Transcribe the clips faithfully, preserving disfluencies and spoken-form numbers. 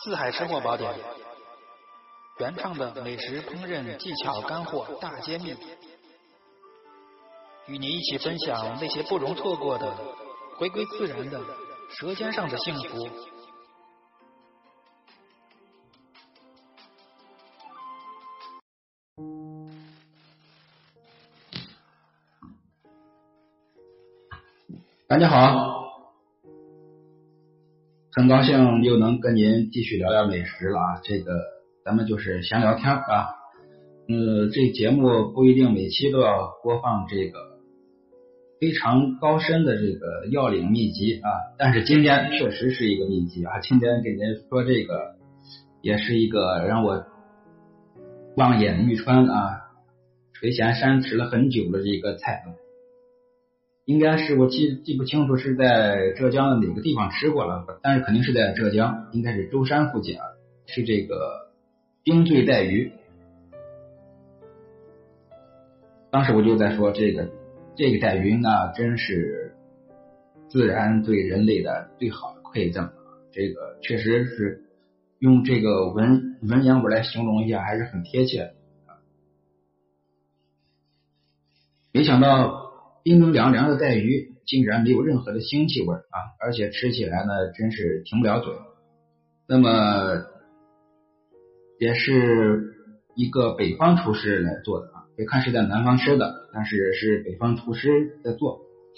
四海生活宝典，原创的美食烹饪技巧干货大揭秘，与你一起分享那些不容错过的回归自然的舌尖上的幸福。 大家好，很高兴又能跟您继续聊聊美食了啊！这个咱们就是闲聊天啊。嗯，这节目不一定每期都要播放这个非常高深的这个要领秘籍啊，但是今天确实是一个秘籍啊。今天给您说这个也是一个让我望眼欲穿啊，垂涎山池了很久的这个菜。应该是我记记不清楚是在浙江的哪个地方吃过了，但是肯定是在浙江，应该是舟山附近啊，是这个冰醉带鱼。当时我就在说这个这个带鱼呢，真是自然对人类的最好的馈赠，这个确实是用这个文文言文来形容一下还是很贴切的。没想到冰冰凉凉的带鱼竟然没有任何的腥气味啊，而且吃起来呢真是停不了嘴。那么也是一个北方厨师来做的啊，别看是在南方吃的，但是是北方厨师在做。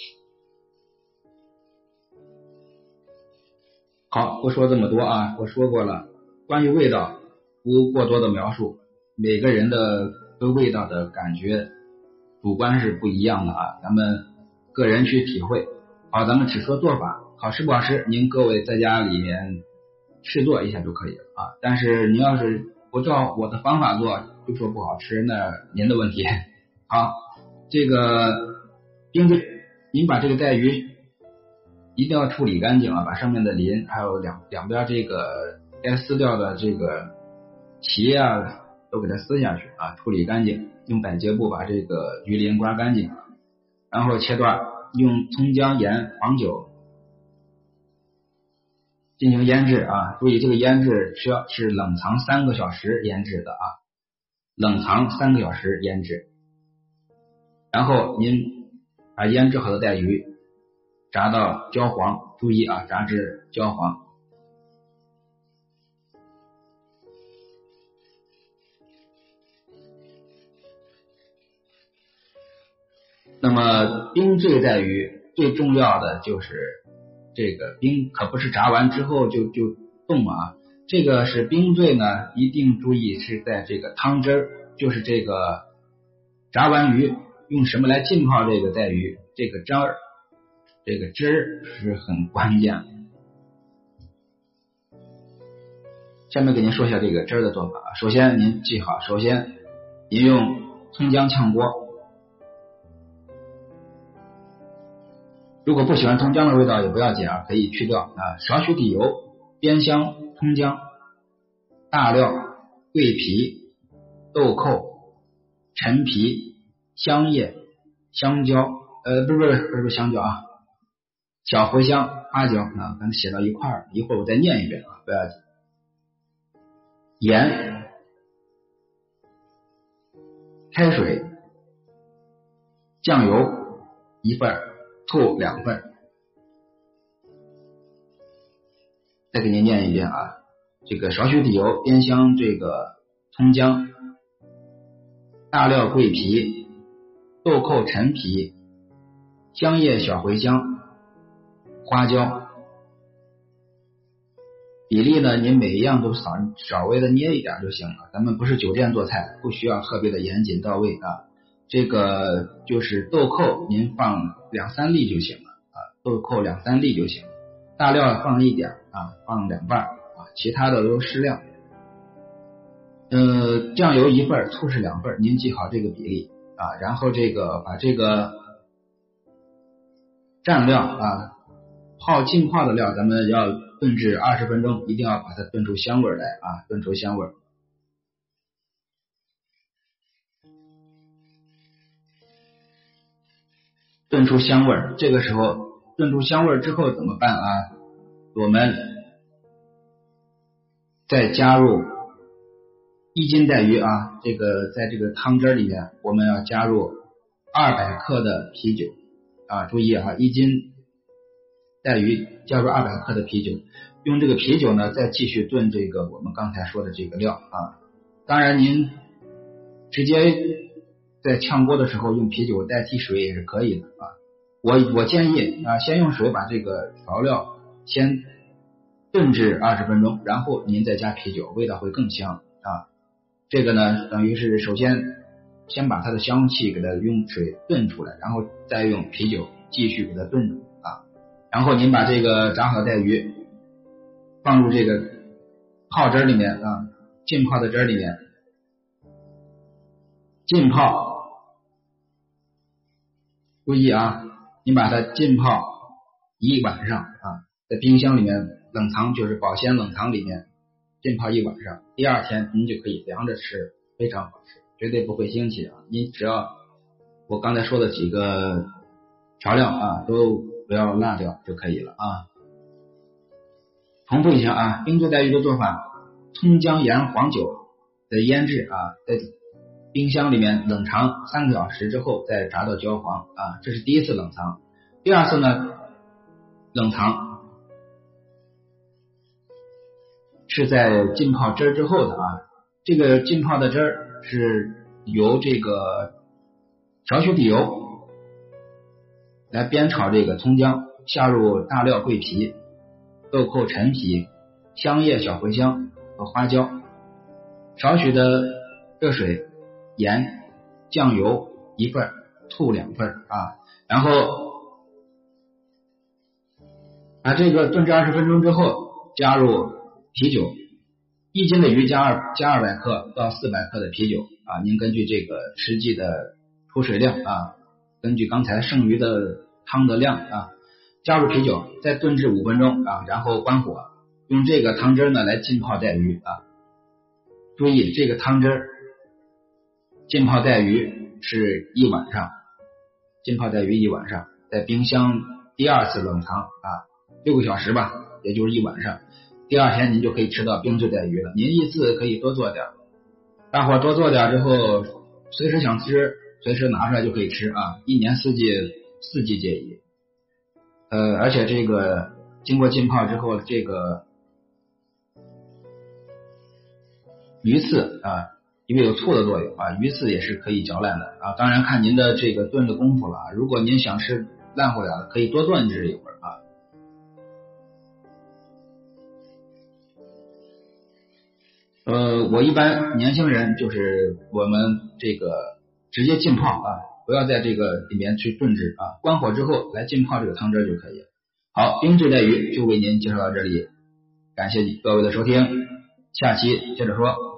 好，不说这么多啊，我说过了，关于味道不过多的描述，每个人的对味道的感觉主观是不一样的啊，咱们个人去体会。好，咱们只说做法，好吃不好吃，您各位在家里面试做一下就可以了啊。但是您要是不照我的方法做，就说不好吃，那您的问题。好，这个冰醉，您把这个带鱼一定要处理干净啊，把上面的鳞还有两两边这个该撕掉的这个鳍啊都给它撕下去啊，处理干净。用百洁布把这个鱼鳞刮干净，然后切段，用葱姜盐黄酒进行腌制啊。注意这个腌制需要是冷藏三个小时腌制的啊，冷藏三个小时腌制。然后您把腌制好的带鱼炸到焦黄，注意啊，炸至焦黄。那么冰醉带鱼最重要的就是这个冰可不是炸完之后就就冻啊，这个是冰醉呢，一定注意是在这个汤汁儿，就是这个炸完鱼用什么来浸泡这个带鱼，这个汁儿，这个汁儿是很关键的。下面给您说一下这个汁儿的做法。首先您记好，首先您用葱姜炝锅。如果不喜欢葱姜的味道也不要紧啊，可以去掉啊。少许底油、煸香、葱姜、大料、桂皮、豆蔻、陈皮、香叶、香蕉，呃，不是不是不是香蕉啊，小茴香、花椒啊，咱们写到一块儿，一会儿我再念一遍啊，不要紧。盐、开水、酱油一份，醋两份。再给您念一遍啊，这个少许底油，煸香这个葱姜，大料桂皮，豆蔻陈皮，香叶小茴香，花椒。比例呢，您每一样都少稍微的捏一点就行了，咱们不是酒店做菜，不需要特别的严谨到位啊。这个就是豆蔻您放两三粒就行了啊，豆蔻两三粒就行了，大料放一点啊，放两瓣啊，其他的都适量。呃，酱油一份，醋是两份，您记好这个比例啊。然后这个把这个蘸料啊，泡浸泡的料，咱们要炖至二十分钟，一定要把它炖出香味来啊，炖出香味。炖出香味儿，这个时候炖出香味儿之后怎么办啊？我们再加入一斤带鱼啊，这个在这个汤汁里面我们要加入二百克的啤酒啊，注意啊，一斤带鱼加入二百克的啤酒，用这个啤酒呢再继续炖这个我们刚才说的这个料啊。当然您直接在炝锅的时候用啤酒代替水也是可以的啊。我我建议啊，先用水把这个调料先炖至二十分钟，然后您再加啤酒，味道会更香啊。这个呢，等于是首先先把它的香气给它用水炖出来，然后再用啤酒继续给它炖煮啊。然后您把这个炸好的带鱼放入这个泡汁里面啊，浸泡的汁里面，浸泡，注意啊，您把它浸泡一晚上啊，在冰箱里面冷藏，就是保鲜冷藏里面浸泡一晚上，第二天您就可以凉着吃，非常好吃，绝对不会腥气啊。您只要我刚才说的几个调料啊都不要落掉就可以了啊。重复一下啊，冰醉带鱼的做法：葱姜盐黄酒的腌制啊，在冰箱里面冷藏三个小时之后再炸到焦黄啊，这是第一次冷藏。第二次呢，冷藏是在浸泡汁之后的啊，这个浸泡的汁儿是由这个调血底油来煸炒这个葱姜，下入大料桂皮、豆蔻陈皮、香叶小茴香和花椒，少许的热水、盐、酱油一份，醋两份啊，然后把这个炖至二十分钟之后，加入啤酒，一斤的鱼加二加二百克到四百克的啤酒啊，您根据这个实际的出水量啊，根据刚才剩余的汤的量啊，加入啤酒，再炖至五分钟啊，然后关火，用这个汤汁呢来浸泡带鱼啊。注意这个汤汁浸泡带鱼是一晚上，浸泡带鱼一晚上，在冰箱第二次冷藏啊，六个小时吧，也就是一晚上。第二天您就可以吃到冰醉带鱼了。您一次可以多做点，大伙多做点之后，随时想吃，随时拿出来就可以吃啊，一年四季四季皆宜。呃，而且这个经过浸泡之后，这个鱼刺啊，因为有醋的作用啊，鱼刺也是可以嚼烂的啊。当然看您的这个炖的功夫了啊，如果您想吃烂乎了的，可以多炖制一会儿啊。呃，我一般年轻人就是我们这个直接浸泡啊，不要在这个里面去炖制啊，关火之后来浸泡这个汤汁就可以了。好，冰醉带鱼就为您介绍到这里，感谢各位的收听，下期接着说。